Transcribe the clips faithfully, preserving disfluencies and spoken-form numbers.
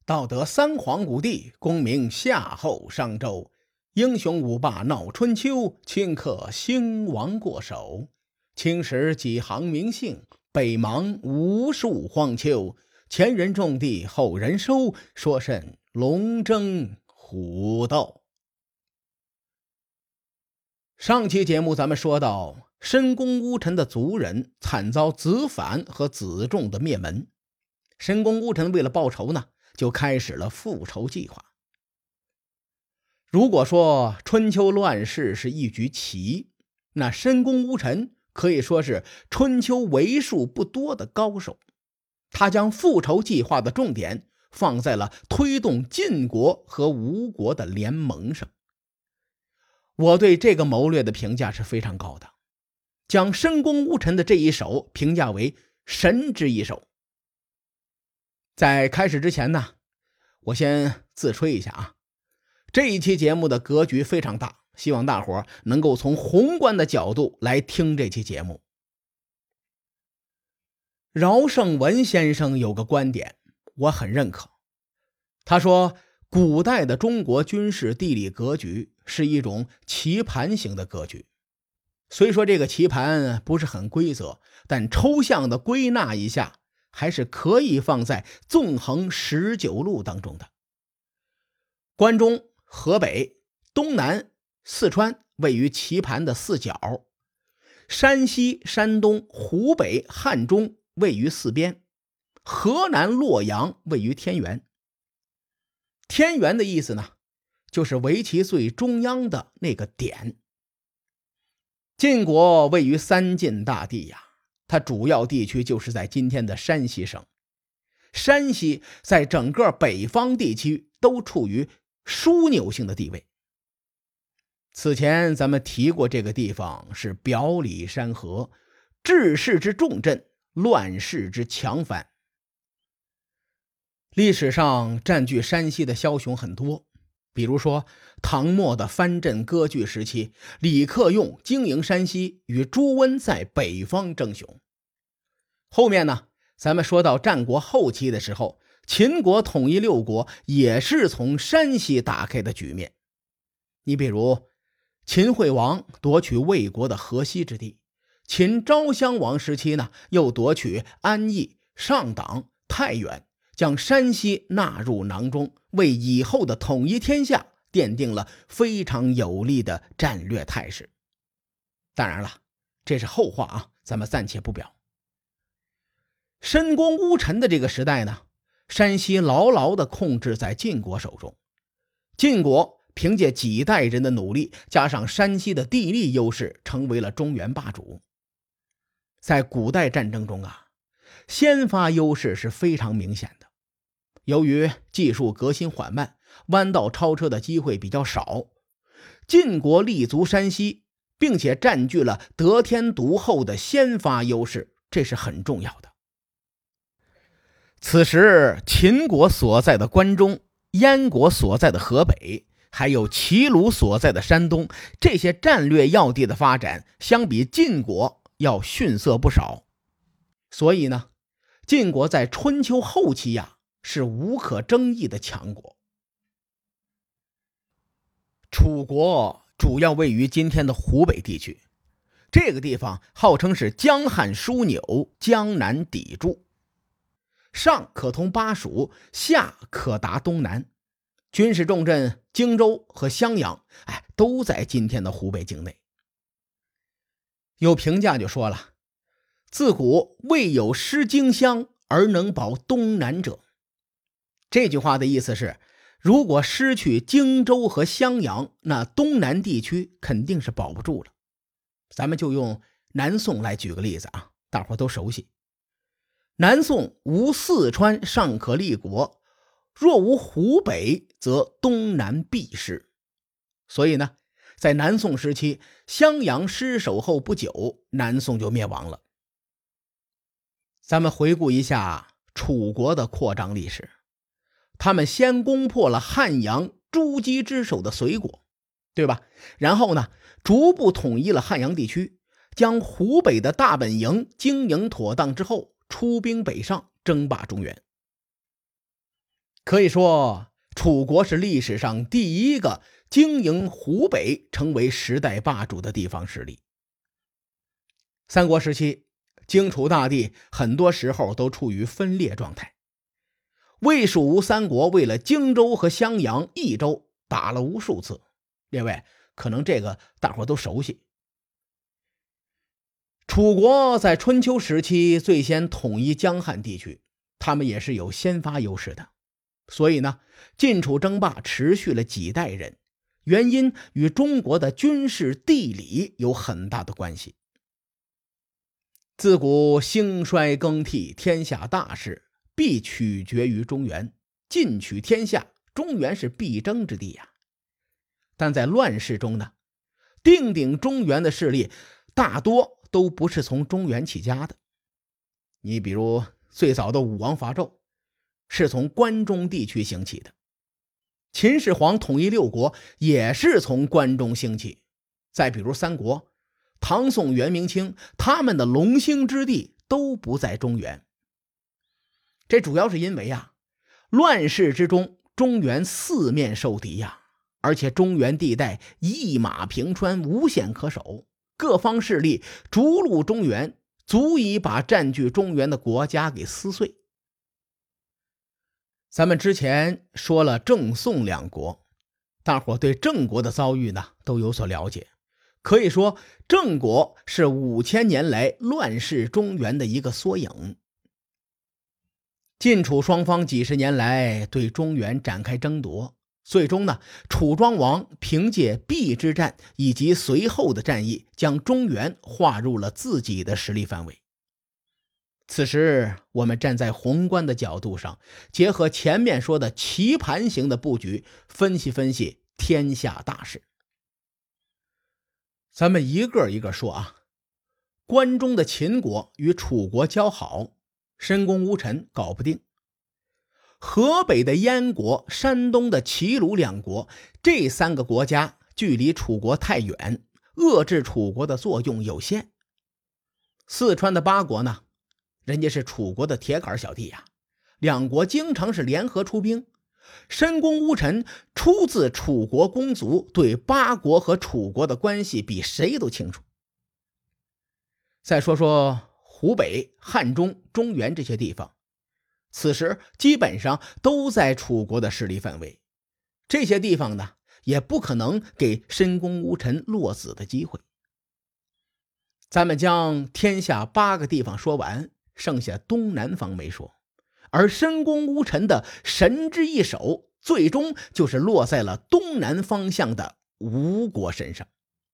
道德三皇五帝，功名夏后商周。英雄五霸闹春秋，顷刻兴亡过手。青史几行名姓，北邙无数荒丘。前人种地，后人收，说甚龙争虎斗。上期节目咱们说到，申公乌臣的族人惨遭子反和子仲的灭门。申公乌臣为了报仇呢，就开始了复仇计划。如果说春秋乱世是一局棋，那申公乌臣可以说是春秋为数不多的高手。他将复仇计划的重点放在了推动晋国和吴国的联盟上。我对这个谋略的评价是非常高的，将申公乌臣的这一手评价为神之一手。在开始之前呢，我先自吹一下啊，这一期节目的格局非常大，希望大伙能够从宏观的角度来听这期节目。饶胜文先生有个观点我很认可，他说古代的中国军事地理格局是一种棋盘型的格局。虽说这个棋盘不是很规则，但抽象的归纳一下，还是可以放在纵横十九路当中的。关中、河北、东南、四川位于棋盘的四角，山西、山东、湖北、汉中位于四边，河南洛阳位于天元。天元的意思呢，就是围棋最中央的那个点。晋国位于三晋大地呀，它主要地区就是在今天的山西省。山西在整个北方地区都处于枢纽性的地位。此前咱们提过，这个地方是表里山河，治世之重镇，乱世之强藩。历史上占据山西的枭雄很多，比如说唐末的藩镇割据时期，李克用经营山西，与朱温在北方争雄。后面呢，咱们说到战国后期的时候，秦国统一六国也是从山西打开的局面。你比如秦惠王夺取魏国的河西之地，秦昭襄王时期呢，又夺取安邑、上党、太原，将山西纳入囊中，为以后的统一天下奠定了非常有利的战略态势。当然了，这是后话啊，咱们暂且不表。申公乌臣的这个时代呢，山西牢牢地控制在晋国手中。晋国凭借几代人的努力，加上山西的地利优势，成为了中原霸主。在古代战争中啊，先发优势是非常明显的。由于技术革新缓慢，弯道超车的机会比较少，晋国立足山西，并且占据了得天独厚的先发优势，这是很重要的。此时秦国所在的关中、燕国所在的河北，还有齐鲁所在的山东，这些战略要地的发展相比晋国要逊色不少。所以呢，晋国在春秋后期呀，是无可争议的强国。楚国主要位于今天的湖北地区，这个地方号称是江汉枢纽，江南砥柱，上可通巴蜀，下可达东南。军事重镇荆州和襄阳，哎，都在今天的湖北境内。有评价就说了，自古未有失荆襄而能保东南者。这句话的意思是，如果失去荆州和襄阳，那东南地区肯定是保不住了。咱们就用南宋来举个例子啊，大伙都熟悉。南宋无四川尚可立国，若无湖北，则东南必失。所以呢，在南宋时期，襄阳失守后不久，南宋就灭亡了。咱们回顾一下楚国的扩张历史，他们先攻破了汉阳诸姬之首的隋国，对吧？然后呢，逐步统一了汉阳地区，将湖北的大本营经营妥当之后，出兵北上，争霸中原。 可以说，楚国是历史上第一个经营湖北成为时代霸主的地方势力。三国时期，荆楚大地很多时候都处于分裂状态。魏蜀吴三国为了荆州和襄阳、益州打了无数次，列位可能这个大伙都熟悉。楚国在春秋时期最先统一江汉地区，他们也是有先发优势的。所以呢，晋楚争霸持续了几代人，原因与中国的军事地理有很大的关系。自古兴衰更替，天下大事必取决于中原，晋取天下，中原是必争之地呀。但在乱世中呢，定鼎中原的势力大多都不是从中原起家的。你比如最早的武王伐纣，是从关中地区兴起的。秦始皇统一六国也是从关中兴起。再比如三国，唐宋元明清，他们的龙兴之地都不在中原。这主要是因为啊，乱世之中，中原四面受敌呀，而且中原地带一马平川，无险可守，各方势力逐鹿中原，足以把占据中原的国家给撕碎。咱们之前说了郑宋两国，大伙对郑国的遭遇呢都有所了解。可以说郑国是五千年来乱世中原的一个缩影。晋楚双方几十年来对中原展开争夺，最终呢，楚庄王凭借邲之战以及随后的战役，将中原划入了自己的实力范围。此时我们站在宏观的角度上，结合前面说的棋盘型的布局，分析分析天下大事。咱们一个一个说啊。关中的秦国与楚国交好，申公乌臣搞不定。河北的燕国、山东的齐鲁两国，这三个国家距离楚国太远，遏制楚国的作用有限。四川的八国呢，人家是楚国的铁杆小弟呀，两国经常是联合出兵。申公乌臣出自楚国公族，对八国和楚国的关系比谁都清楚。再说说湖北、汉中、中原这些地方，此时基本上都在楚国的势力范围，这些地方呢，也不可能给申公乌臣落子的机会。咱们将天下八个地方说完，剩下东南方没说，而申公乌臣的神之一手，最终就是落在了东南方向的吴国身上。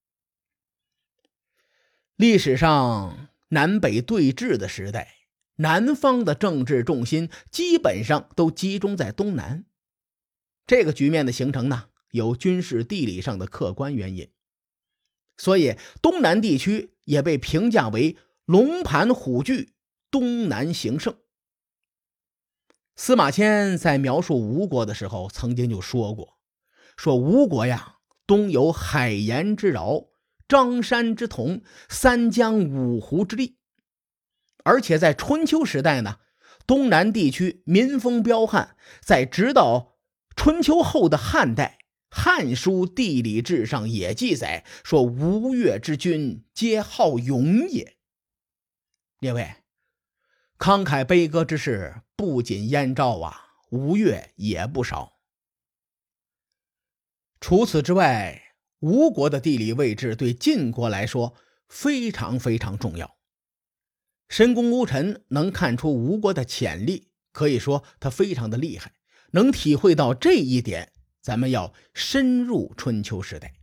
历史上南北对峙的时代，南方的政治重心基本上都集中在东南。这个局面的形成呢，有军事地理上的客观原因，所以东南地区也被评价为龙盘虎踞，东南形胜。司马迁在描述吴国的时候曾经就说过，说吴国呀，东有海盐之饶，张山之潼，三江五湖之利。而且在春秋时代呢，东南地区民风彪悍，在直到春秋后的汉代，《汉书·地理志》上也记载说，吴越之君皆好勇也。列位，慷慨悲歌之事不仅燕赵啊，吴越也不少。除此之外，吴国的地理位置对晋国来说非常非常重要。申公乌臣能看出吴国的潜力，可以说他非常的厉害，能体会到这一点，咱们要深入春秋时代。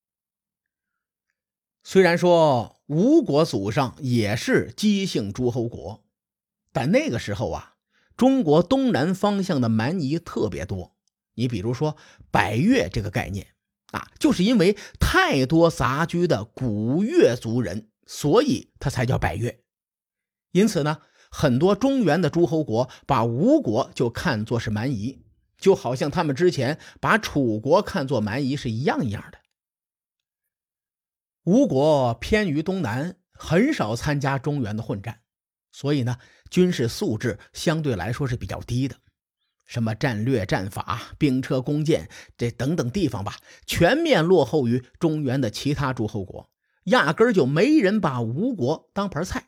虽然说吴国祖上也是姬姓诸侯国，但那个时候啊，中国东南方向的蛮夷特别多。你比如说百越这个概念啊，就是因为太多杂居的古越族人，所以它才叫百越。因此呢，很多中原的诸侯国把吴国就看作是蛮夷，就好像他们之前把楚国看作蛮夷是一样一样的。吴国偏于东南，很少参加中原的混战，所以呢，军事素质相对来说是比较低的。 什么战略战法、兵车弓箭这等等地方吧，全面落后于中原的其他诸侯国，压根儿就没人把吴国当盘菜。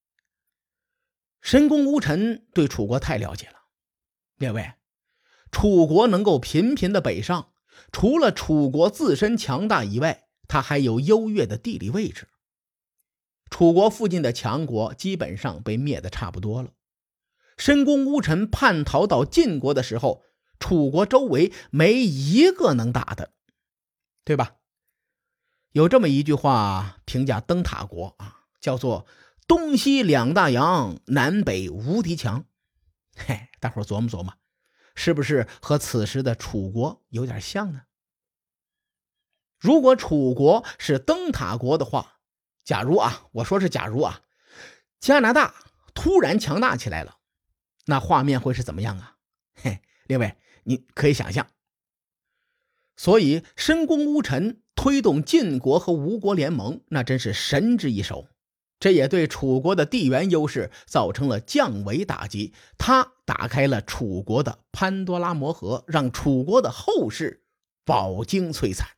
申公吴臣对楚国太了解了，列位，楚国能够频频的北上，除了楚国自身强大以外，它还有优越的地理位置。楚国附近的强国基本上被灭得差不多了。申公乌臣叛逃到晋国的时候，楚国周围没一个能打的，对吧？有这么一句话评价灯塔国啊，叫做东西两大洋，南北无敌强。嘿，大伙琢磨琢磨，是不是和此时的楚国有点像呢？如果楚国是灯塔国的话，假如啊，我说是假如啊，加拿大突然强大起来了，那画面会是怎么样啊？嘿，列位，你可以想象。所以申公乌臣推动晋国和吴国联盟，那真是神之一手。这也对楚国的地缘优势造成了降维打击，他打开了楚国的潘多拉魔盒，让楚国的后世饱经摧残。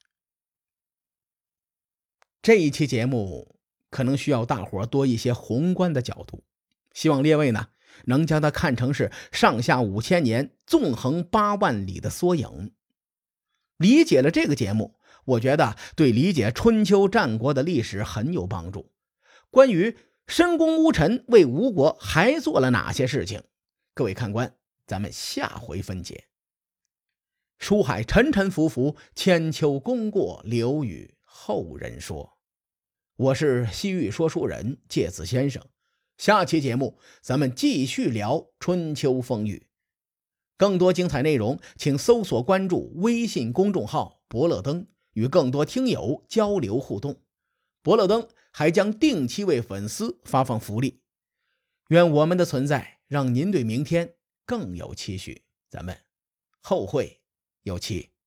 这一期节目可能需要大伙多一些宏观的角度，希望列位呢能将它看成是上下五千年、纵横八万里的缩影。理解了这个节目，我觉得对理解春秋战国的历史很有帮助。关于申公乌臣为吴国还做了哪些事情，各位看官，咱们下回分解。书海沉沉浮浮，千秋功过留与后人说。我是西域说书人介子先生，下期节目咱们继续聊春秋风雨。更多精彩内容请搜索关注微信公众号伯乐灯，与更多听友交流互动。伯乐灯还将定期为粉丝发放福利。愿我们的存在让您对明天更有期许，咱们后会有期。